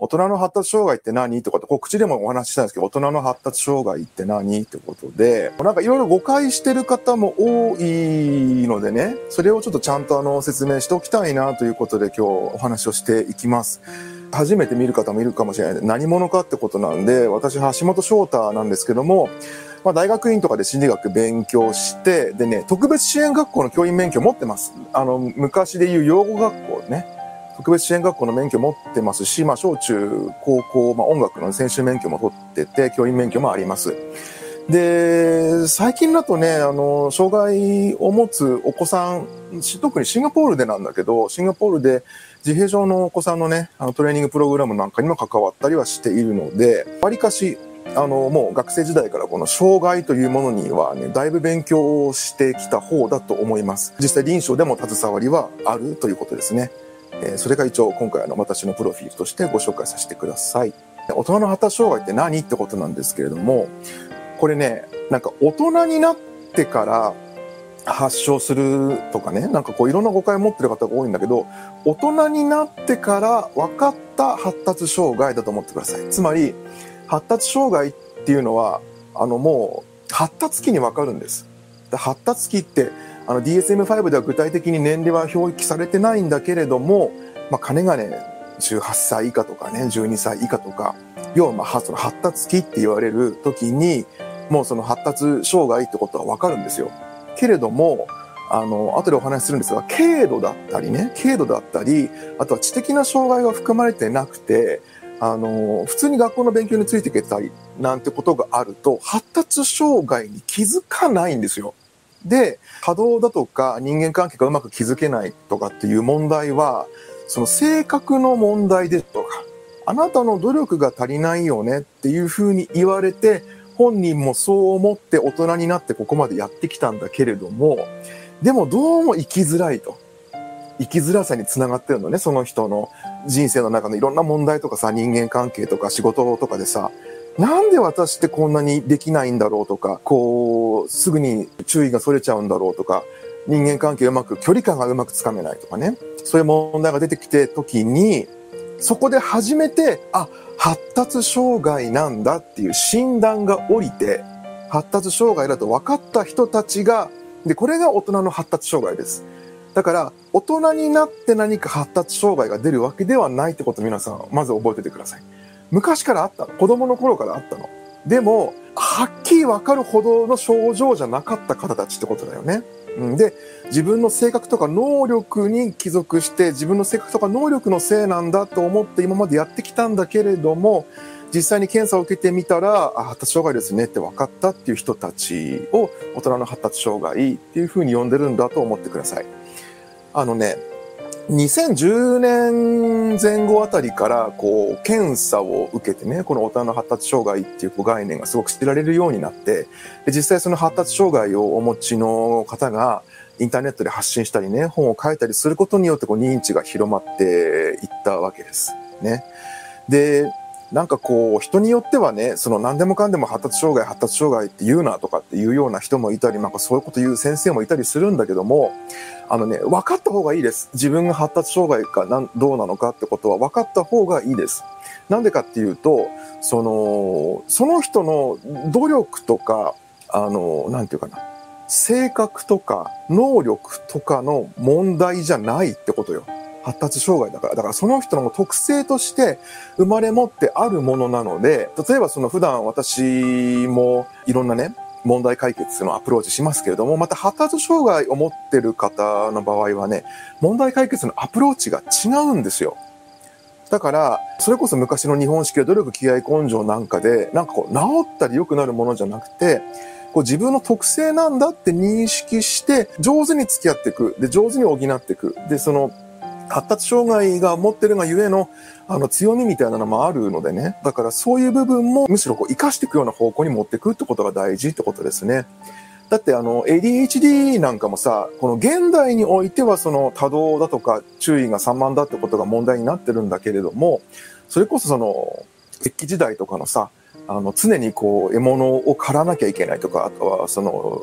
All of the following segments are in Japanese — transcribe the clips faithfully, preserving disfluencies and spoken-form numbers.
大人の発達障害って何とかって告知でもお話ししたんですけど、大人の発達障害って何ってことで、なんかいろいろ誤解してる方も多いのでね、それをちょっとちゃんとあの説明しておきたいなということで今日お話をしていきます。初めて見る方もいるかもしれない。何者かってことなんで、私橋本翔太なんですけども、まあ、大学院とかで心理学勉強して、でね、特別支援学校の教員免許持ってます。あの、昔でいう養護学校ね。特別支援学校の免許持ってますし、まあ、小中高校、まあ、音楽の専修免許も取ってて、教員免許もあります。で、最近だとね、あの、障害を持つお子さん、特にシンガポールでなんだけど、シンガポールで自閉症のお子さんのね、あのトレーニングプログラムなんかにも関わったりはしているので、わりかし、あの、もう学生時代からこの障害というものにはね、だいぶ勉強をしてきた方だと思います。実際臨床でも携わりはあるということですね。えー、それが一応今回の私のプロフィールとしてご紹介させてください。大人の発達障害って何ってことなんですけれども、これね、なんか大人になってから発症するとかね、なんかこういろんな誤解を持ってる方が多いんだけど、大人になってから分かった発達障害だと思ってください。つまり、発達障害っていうのは、あのもう発達期に分かるんです。発達期って、あの ディーエスエムファイブ では具体的に年齢は表記されてないんだけれども、まあ、かねがねじゅうはっさい以下とかね、じゅうにさい以下とか、要はまあその発達期って言われる時に、もうその発達障害ってことはわかるんですよ。けれども、あの、後でお話しするんですが、軽度だったりね、軽度だったり、あとは知的な障害が含まれてなくて、あの、普通に学校の勉強についていけたり、なんてことがあると、発達障害に気づかないんですよ。で、波動だとか人間関係がうまく築けないとかっていう問題は、その性格の問題ですとか、あなたの努力が足りないよねっていうふうに言われて、本人もそう思って大人になってここまでやってきたんだけれども、でもどうも生きづらいと。生きづらさにつながってるのね、その人の人生の中のいろんな問題とかさ、人間関係とか仕事とかでさ、なんで私ってこんなにできないんだろうとか、こう、すぐに注意がそれちゃうんだろうとか、人間関係うまく、距離感がうまくつかめないとかね、そういう問題が出てきて時に、そこで初めて、あ、発達障害なんだっていう診断が下りて、発達障害だと分かった人たちが、で、これが大人の発達障害です。だから、大人になって何か発達障害が出るわけではないってことを皆さん、まず覚えててください。昔からあったの。子供の頃からあったの。でも、はっきり分かるほどの症状じゃなかった方たちってことだよね。で、自分の性格とか能力に帰属して、自分の性格とか能力のせいなんだと思って今までやってきたんだけれども、実際に検査を受けてみたら、あ、発達障害ですねって分かったっていう人たちを大人の発達障害っていうふうに呼んでるんだと思ってください。あのね、にせんじゅうねんぜん後あたりから、こう、検査を受けてね、この大人の発達障害っていう概念がすごく知られるようになって、で実際その発達障害をお持ちの方が、インターネットで発信したりね、本を書いたりすることによって、こう、認知が広まっていったわけです。ね。で、なんかこう、人によってはね、その何でもかんでも発達障害、発達障害って言うなとかっていうような人もいたり、なんかそういうこと言う先生もいたりするんだけども、あのね、分かった方がいいです。自分が発達障害かなんどうなのかってことは分かった方がいいです。なんでかっていうと、その、その人の努力とか、あの、なんていうかな、性格とか能力とかの問題じゃないってことよ。発達障害だから。だからその人の特性として生まれ持ってあるものなので、例えばその普段私もいろんなね、問題解決のアプローチしますけれども、また発達障害を持ってる方の場合はね、問題解決のアプローチが違うんですよ。だから、それこそ昔の日本式で努力、気合、根性なんかで、なんかこう治ったり良くなるものじゃなくて、こう自分の特性なんだって認識して、上手に付き合っていく。で、上手に補っていく。で、その、発達障害が持ってるがゆえの、あの、強みみたいなのもあるのでね。だからそういう部分も、むしろこう、活かしていくような方向に持っていくってことが大事ってことですね。だってあの、エーディーエイチディー なんかもさ、この現代においてはその多動だとか注意が散漫だってことが問題になってるんだけれども、それこそその、石器時代とかのさ、あの、常にこう、獲物を狩らなきゃいけないとか、あとはその、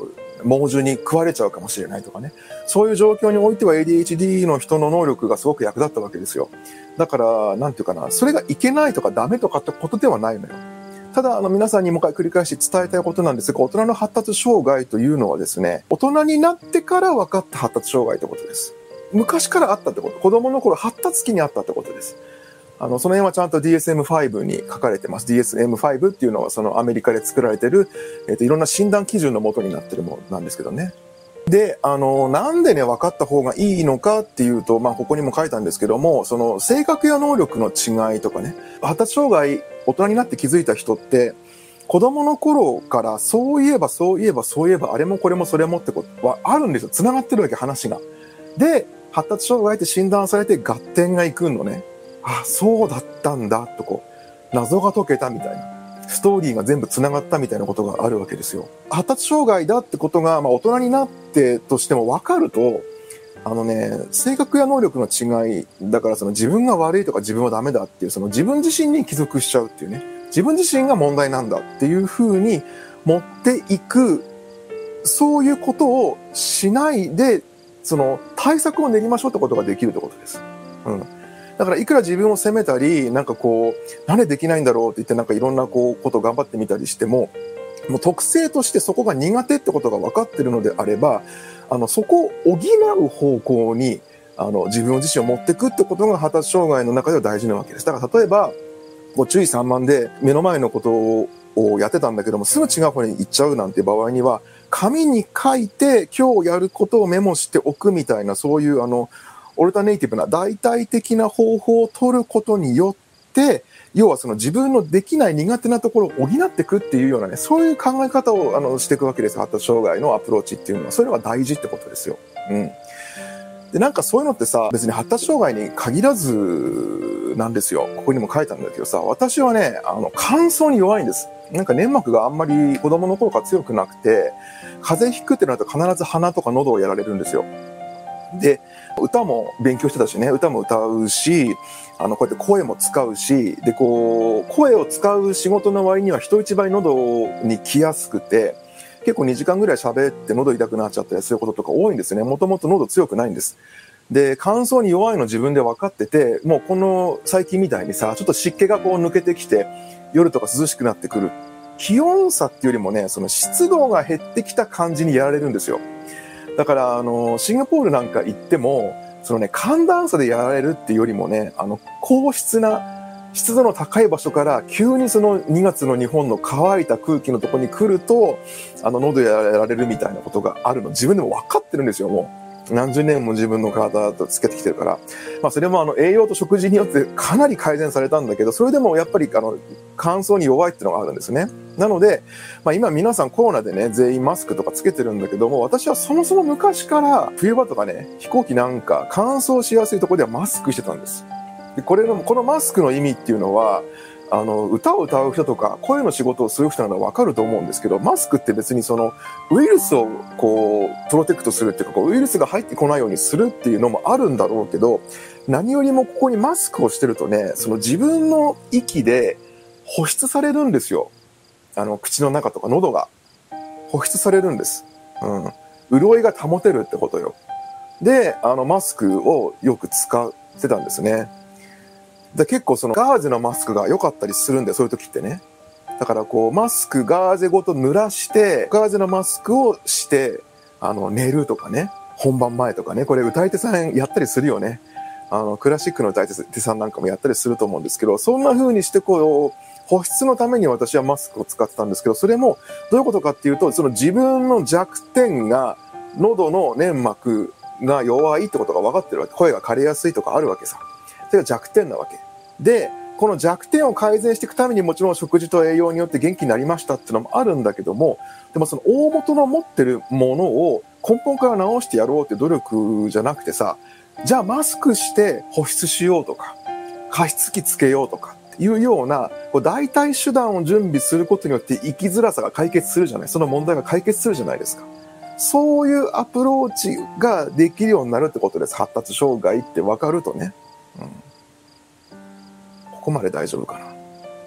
猛獣に食われちゃうかもしれないとかね。そういう状況においては エーディーエイチディー の人の能力がすごく役立ったわけですよ。だから、なんていうかな、それがいけないとかダメとかってことではないのよ。ただ、あの、皆さんにもう一回繰り返し伝えたいことなんですが、大人の発達障害というのはですね、大人になってから分かった発達障害ということです。昔からあったってこと。子供の頃発達期にあったってことです。あの、その辺はちゃんと ディーエスエムファイブ に書かれてます。ディーエスエムファイブ っていうのはそのアメリカで作られてる、えっと、いろんな診断基準の元になってるものなんですけどね。で、あの、なんでね、分かった方がいいのかっていうと、まあ、ここにも書いたんですけども、その、性格や能力の違いとかね、発達障害、大人になって気づいた人って、子供の頃からそういえばそういえばそういえばあれもこれもそれもってことはあるんですよ。繋がってるわけ、話が。で、発達障害って診断されて合点がいくのね。あ、そうだったんだとこう、謎が解けたみたいな。ストーリーが全部繋がったみたいなことがあるわけですよ。発達障害だってことが、まあ大人になってとしても分かると、あのね、性格や能力の違い、だからその自分が悪いとか自分はダメだっていう、その自分自身に帰属しちゃうっていうね。自分自身が問題なんだっていう風に持っていく、そういうことをしないで、その対策を練りましょうってことができるってことです。うん。だからいくら自分を責めたり、なんかこう、なんでできないんだろうって言ってなんかいろんなこう、ことを頑張ってみたりしても、もう特性としてそこが苦手ってことが分かってるのであれば、あの、そこを補う方向に、あの、自分自身を持っていくってことが発達障害の中では大事なわけです。だから例えば、こう注意散漫で目の前のことをやってたんだけども、すぐ違う方に行っちゃうなんて場合には、紙に書いて今日やることをメモしておくみたいな、そういうあの、オルタネイティブな代替的な方法を取ることによって、要はその自分のできない苦手なところを補っていくっていうようなね、そういう考え方をあのしていくわけです。発達障害のアプローチっていうのは。そういうのが大事ってことですよ。うん。で、なんかそういうのってさ、別に発達障害に限らずなんですよ。ここにも書いたんだけどさ、私はね、あの、乾燥に弱いんです。なんか粘膜があんまり子供の頃から強くなくて、風邪ひくってなると必ず鼻とか喉をやられるんですよ。で、歌も勉強してたしね、歌も歌うし、あの、こうやって声も使うし、で、こう、声を使う仕事の割には人一倍喉に来やすくて、結構にじかんぐらい喋って喉痛くなっちゃったりすることとか多いんですね。もともと喉強くないんです。で、乾燥に弱いの自分で分かってて、もうこの最近みたいにさ、ちょっと湿気がこう抜けてきて、夜とか涼しくなってくる。気温差っていうよりもね、その湿度が減ってきた感じにやられるんですよ。だから、あの、シンガポールなんか行っても、そのね、寒暖差でやられるっていうよりもね、あの、高湿な、湿度の高い場所から急にそのにがつの日本の乾いた空気のところに来ると、あの、喉やられるみたいなことがあるの。自分でも分かってるんですよ、もう。何十年も自分の体とつけてきてるから。まあ、それもあの、栄養と食事によってかなり改善されたんだけど、それでもやっぱりあの、乾燥に弱いっていうのがあるんですね。なので、まあ今皆さんコロナでね、全員マスクとかつけてるんだけども、私はそもそも昔から冬場とかね、飛行機なんか乾燥しやすいところではマスクしてたんです。で、これの、このマスクの意味っていうのは、あの、歌を歌う人とか、声の仕事をする人ならわかると思うんですけど、マスクって別にその、ウイルスをこう、プロテクトするっていうか、こうウイルスが入ってこないようにするっていうのもあるんだろうけど、何よりもここにマスクをしてるとね、その自分の息で保湿されるんですよ。あの、口の中とか喉が。保湿されるんです。うん。潤いが保てるってことよ。で、あの、マスクをよく使ってたんですね。で、結構そのガーゼのマスクが良かったりするんで、そういう時ってね。だからこう、マスク、ガーゼごと濡らして、ガーゼのマスクをして、あの、寝るとかね。本番前とかね。これ歌い手さんやったりするよね。あの、クラシックの歌い手さんなんかもやったりすると思うんですけど、そんな風にしてこう、保湿のために私はマスクを使ってたんですけど、それもどういうことかっていうと、その自分の弱点が喉の粘膜が弱いってことが分かってるわけ。声が枯れやすいとかあるわけさ。それが弱点なわけ。で、この弱点を改善していくためにもちろん食事と栄養によって元気になりましたっていうのもあるんだけども、でもその大元の持ってるものを根本から直してやろうって努力じゃなくてさ、じゃあマスクして保湿しようとか、加湿器つけようとかっていうような、こう代替手段を準備することによって生きづらさが解決するじゃない。その問題が解決するじゃないですか。そういうアプローチができるようになるってことです。発達障害って分かるとね。うん、ここまで大丈夫かな。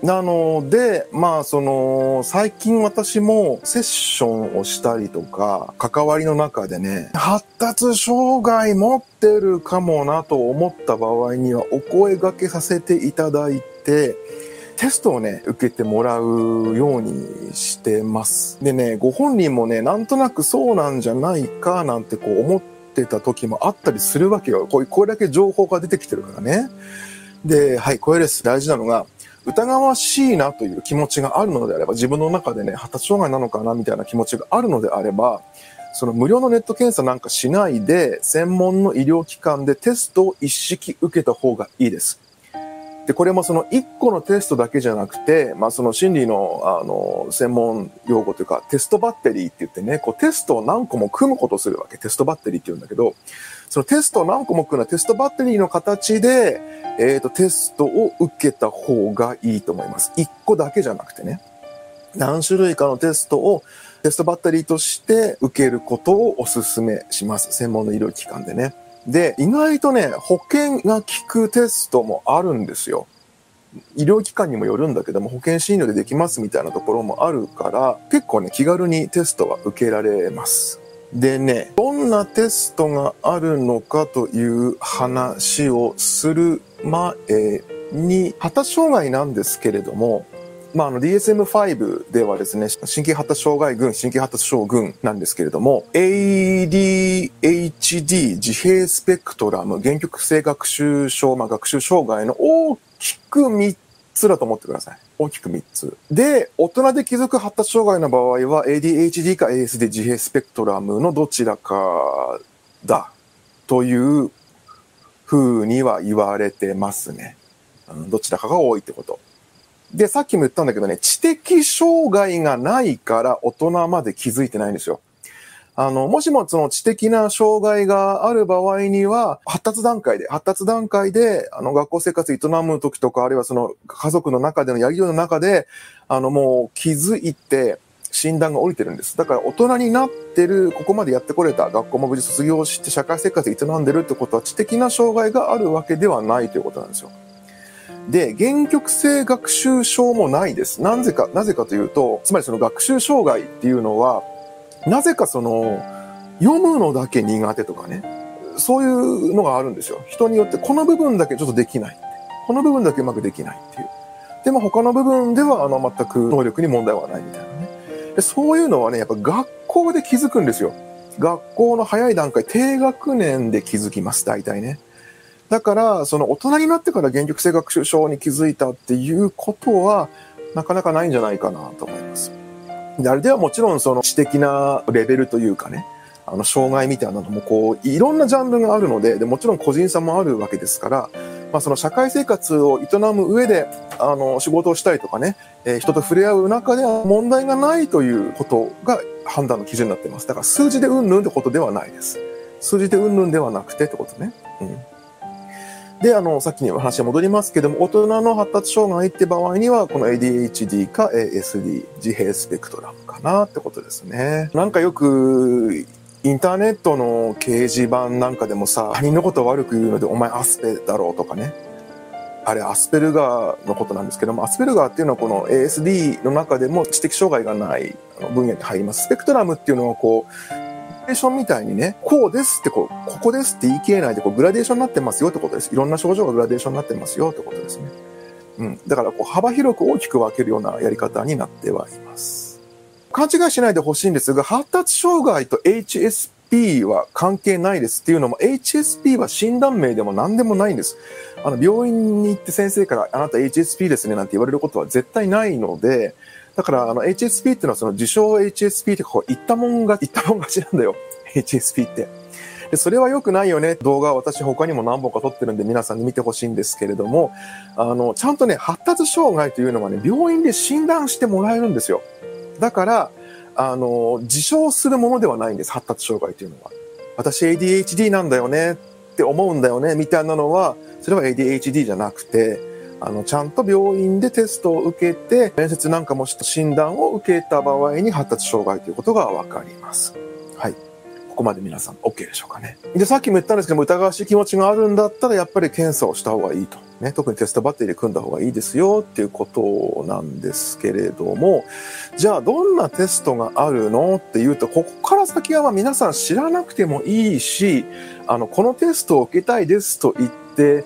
なので、まあその、最近私もセッションをしたりとか、関わりの中でね、発達障害持ってるかもなと思った場合にはお声掛けさせていただいて、テストをね、受けてもらうようにしてます。でね、ご本人もね、なんとなくそうなんじゃないかなんてこう思ってた時もあったりするわけよ。こうこれだけ情報が出てきてるからね。で、はい、これです。大事なのが、疑わしいなという気持ちがあるのであれば、自分の中でね、発達障害なのかなみたいな気持ちがあるのであれば、その無料のネット検査なんかしないで、専門の医療機関でテストを一式受けた方がいいです。で、これもその一個のテストだけじゃなくて、まあその心理の、あの、専門用語というか、テストバッテリーって言ってね、こうテストを何個も組むことをするわけ。テストバッテリーって言うんだけど、そのテストを何個も組むのはテストバッテリーの形で、えっと、テストを受けた方がいいと思います。一個だけじゃなくてね。何種類かのテストをテストバッテリーとして受けることをお勧めします。専門の医療機関でね。で、意外とね、保険が効くテストもあるんですよ。医療機関にもよるんだけども、保険診療でできますみたいなところもあるから、結構ね、気軽にテストは受けられます。でね、どんなテストがあるのかという話をする前に、発達障害なんですけれども、まあ、あの ディーエスエムファイブ ではですね、神経発達障害群、神経発達症群なんですけれども、エーディーエイチディー 自閉スペクトラム、限局性学習症、まあ、学習障害の大きくみっつだと思ってください。大きくみっつ。で、大人で気づく発達障害の場合は エーディーエイチディー か エーエスディー 自閉スペクトラムのどちらかだという風には言われてますね。どちらかが多いってこと。で、さっきも言ったんだけどね、知的障害がないから大人まで気づいてないんですよ。あの、もしもその知的な障害がある場合には、発達段階で、発達段階で、あの、学校生活営む時とか、あるいはその家族の中でのやりとりの中で、あの、もう気づいて診断が下りてるんです。だから大人になってる、ここまでやってこれた、学校も無事卒業して社会生活営んでるってことは、知的な障害があるわけではないということなんですよ。で、限局性学習症もないです。なぜか、なぜかというと、つまりその学習障害っていうのは、なぜかその、読むのだけ苦手とかね、そういうのがあるんですよ。人によって、この部分だけちょっとできない。この部分だけうまくできないっていう。でも他の部分では、あの、全く能力に問題はないみたいなね。で、そういうのはね、やっぱ学校で気づくんですよ。学校の早い段階、低学年で気づきます、大体ね。だから、その大人になってから限局性学習症に気づいたっていうことは、なかなかないんじゃないかなと思います。で、あれではもちろんその知的なレベルというかね、あの、障害みたいなのもこう、いろんなジャンルがあるので、で、もちろん個人差もあるわけですから、まあその社会生活を営む上で、あの、仕事をしたりとかね、えー、人と触れ合う中では問題がないということが判断の基準になっています。だから数字でうんぬんってことではないです。数字でうんぬんではなくてってことね。うん。で、あの、さっきに話が戻りますけども、大人の発達障害って場合には、この エーディーエイチディー か エーエスディー、自閉スペクトラムかなってことですね。なんかよく、インターネットの掲示板なんかでもさ、他人のことを悪く言うので、お前アスペだろうとかね。あれ、アスペルガーのことなんですけども、アスペルガーっていうのはこの エーエスディー の中でも知的障害がない分野に入ります。スペクトラムっていうのはこう、グラデーションみたいにね、こうですってこう、ここですって言い切れないでこう、グラデーションになってますよってことです。いろんな症状がグラデーションになってますよってことですね。うん。だからこう、幅広く大きく分けるようなやり方になってはいます。勘違いしないでほしいんですが、発達障害と エイチエスピー は関係ないですっていうのも、エイチエスピー は診断名でも何でもないんです。あの、病院に行って先生から、あなた エイチエスピー ですねなんて言われることは絶対ないので、だから、あの、エイチエスピー っていうのはその自称 エイチエスピー ってこう、言ったもんが、言ったもん勝ちなんだよ。エイチエスピー って。で、それは良くないよね。動画は私他にも何本か撮ってるんで皆さんに見てほしいんですけれども、あの、ちゃんとね、発達障害というのはね、病院で診断してもらえるんですよ。だから、あの、自称するものではないんです。発達障害というのは。私 エーディーエイチディー なんだよねって思うんだよね、みたいなのは、それは エーディーエイチディー じゃなくて、あの、ちゃんと病院でテストを受けて、面接なんかもして診断を受けた場合に発達障害ということがわかります。はい。 ここまで皆さん OK でしょうかね。で、さっきも言ったんですけども、疑わしい気持ちがあるんだったら、やっぱり検査をした方がいいと。ね、特にテストバッテリー組んだ方がいいですよっていうことなんですけれども、じゃあどんなテストがあるのっていうと、ここから先はまあ皆さん知らなくてもいいし、あの、このテストを受けたいですと言って、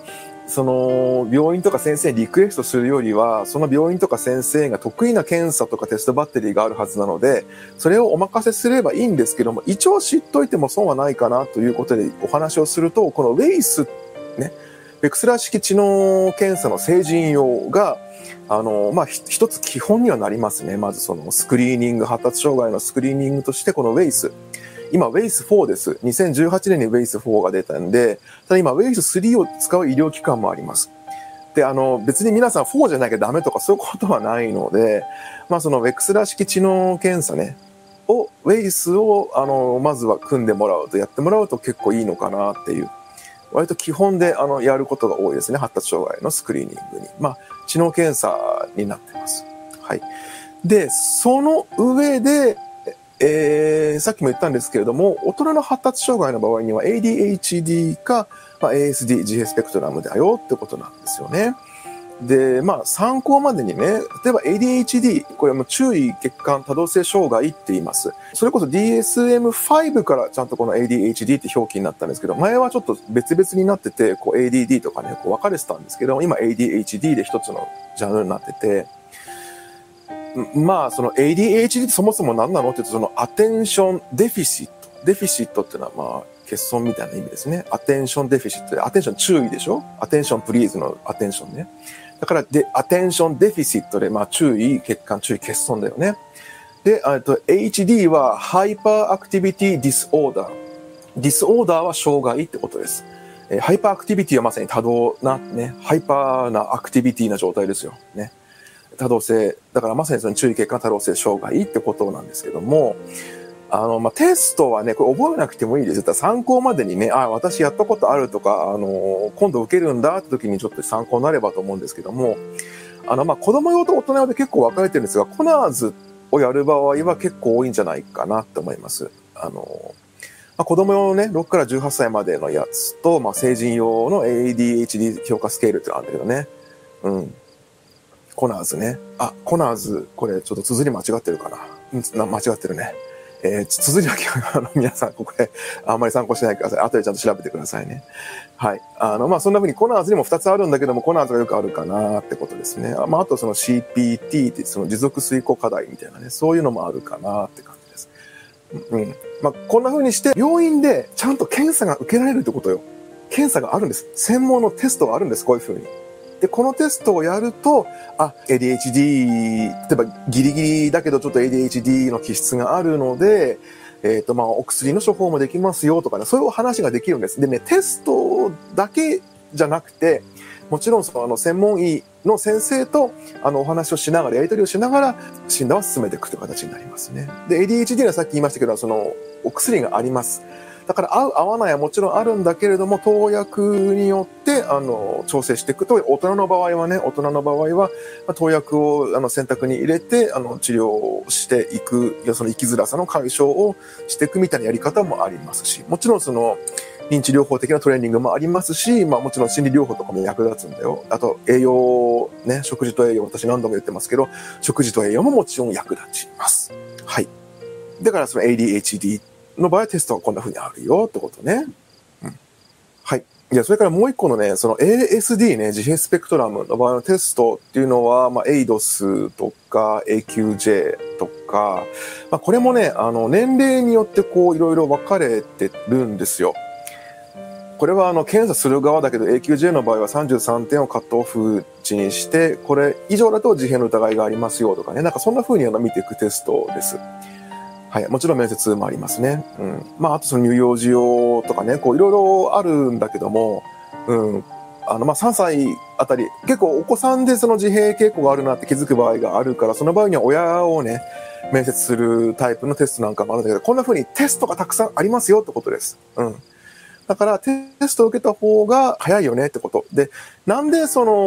その病院とか先生にリクエストするよりは、その病院とか先生が得意な検査とかテストバッテリーがあるはずなので、それをお任せすればいいんですけども、一応知っといても損はないかなということでお話をすると、このウェイスね、ベクスラー式知能検査の成人用が、あの、まあ、一つ基本にはなりますね。まずそのスクリーニング、発達障害のスクリーニングとしてこのウェイス。今、ウェイスフォーです。にせんじゅうはちねんにウェイスフォーが出たんで、ただ今、ウェイススリーを使う医療機関もあります。で、あの、別に皆さんフォーじゃなきゃダメとかそういうことはないので、まあ、そのベクスラー式知能検査ね、を、ウェイスを、あの、まずは組んでもらうと、やってもらうと結構いいのかなっていう。割と基本で、あの、やることが多いですね。発達障害のスクリーニングに。まあ、知能検査になってます。はい。で、その上で、えー、さっきも言ったんですけれども、大人の発達障害の場合には エーディーエイチディー か、まあ、エーエスディー、自閉スペクトラムだよってことなんですよね。で、まあ、参考までにね、例えば エーディーエイチディー、これはもう注意欠陥多動性障害って言います。それこそ ディーエスエムファイブ からちゃんとこの エーディーエイチディー って表記になったんですけど、前はちょっと別々になってて、こう エーディーディー とかね、こう分かれてたんですけど、今 エーディーエイチディー で一つのジャンルになってて、まあ、その エーディーエイチディー ってそもそも何なのって言うと、そのアテンションデフィシット。デフィシットっていうのはまあ、欠損みたいな意味ですね。アテンションデフィシットで、アテンション注意でしょ？アテンションプリーズのアテンションね。だから、で、アテンションデフィシットで、まあ、注意、欠陥、注意、欠損だよね。で、あと、エイチディー は、ハイパーアクティビティディスオーダー。ディスオーダーは障害ってことです。えー、ハイパーアクティビティはまさに多動な、ね、ハイパーなアクティビティな状態ですよ。ね。多動性。だからまさにその注意欠陥多動性障害ってことなんですけども、あの、まあ、テストはね、これ覚えなくてもいいですよ。参考までにね、あ、私やったことあるとか、あの、今度受けるんだって時にちょっと参考になればと思うんですけども、あの、まあ、子供用と大人用で結構分かれてるんですが、コナーズをやる場合は結構多いんじゃないかなって思います。あの、まあ、子供用のね、ろくからじゅうはっさいまでのやつと、まあ、成人用の エーディーエイチディー 評価スケールってのがあるんだけどね。うん。コナーズね。あ、コナーズ、これちょっと綴り間違ってるかな。うん、間違ってるね。えー、綴りだけは、あの、皆さん、ここであんまり参考しないでください。後でちゃんと調べてくださいね。はい。あの、まあ、そんな風にコナーズにもふたつあるんだけども、コナーズがよくあるかなってことですね。まあ、あとその シーピーティー って、その持続遂行課題みたいなね、そういうのもあるかなって感じです。うん。まあ、こんな風にして、病院でちゃんと検査が受けられるってことよ。検査があるんです。専門のテストがあるんです。こういう風に。で、このテストをやると、あ、エーディーエイチディー、例えばギリギリだけどちょっと エーディーエイチディー の気質があるので、えっと、まあ、お薬の処方もできますよとかね、そういう話ができるんです。でね、テストだけじゃなくて、もちろんその、あの、専門医の先生と、あの、お話をしながら、やり取りをしながら、診断を進めていくという形になりますね。で、エーディーエイチディー はさっき言いましたけど、その、お薬があります。だから合う合わないはもちろんあるんだけれども、投薬によって、あの、調整していくと、大人の場合はね、大人の場合は、まあ、投薬を、あの、選択に入れて、あの、治療をしていく、その生きづらさの解消をしていくみたいなやり方もありますし、もちろんその、認知療法的なトレーニングもありますし、まあもちろん心理療法とかも役立つんだよ。あと、栄養、ね、食事と栄養、私何度も言ってますけど、食事と栄養ももちろん役立ちます。はい。だからその エーディーエイチディー、の場合はテストはこんな風にあるよってことね。うん。はい。いや、それからもう一個のね、その エーエスディー ね、自閉スペクトラムの場合のテストっていうのは、まあ、エイドス とか エーキュージェー とか、まあ、これもね、あの、年齢によってこう、いろいろ分かれてるんですよ。これはあの、検査する側だけど エーキュージェー の場合はさんじゅうさんてんをカットオフ値にして、これ以上だと自閉の疑いがありますよとかね、なんかそんな風にあの見ていくテストです。はい。もちろん面接もありますね。うん。まあ、あとその乳幼児用とかね、こういろいろあるんだけども、うん。あの、まあ、さんさいあたり、結構お子さんでその自閉傾向があるなって気づく場合があるから、その場合には親をね、面接するタイプのテストなんかもあるんだけど、こんな風にテストがたくさんありますよってことです。うん。だからテストを受けた方が早いよねってこと。で、なんでその、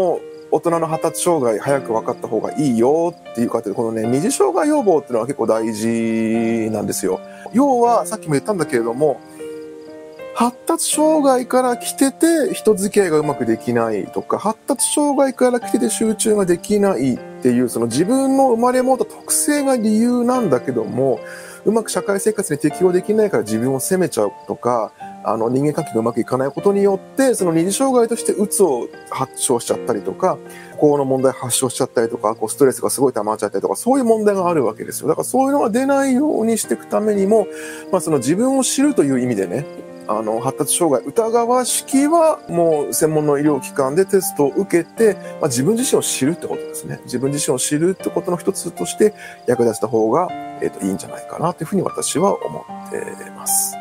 大人の発達障害早く分かった方がいいよっていうか、このね、二次障害予防っていうのは結構大事なんですよ。要は、さっきも言ったんだけれども、発達障害から来てて人付き合いがうまくできないとか、発達障害から来てて集中ができないっていう、その自分の生まれ持った特性が理由なんだけども、うまく社会生活に適応できないから自分を責めちゃうとか、あの人間関係がうまくいかないことによって、その二次障害としてうつを発症しちゃったりとか、心の問題発症しちゃったりとか、こうストレスがすごい溜まっちゃったりとか、そういう問題があるわけですよ。だからそういうのが出ないようにしていくためにも、まあその自分を知るという意味でね、あの発達障害疑わしきはもう専門の医療機関でテストを受けて、まあ、自分自身を知るってことですね。自分自身を知るってことの一つとして役立てた方が、えーと、いいんじゃないかなというふうに私は思っています。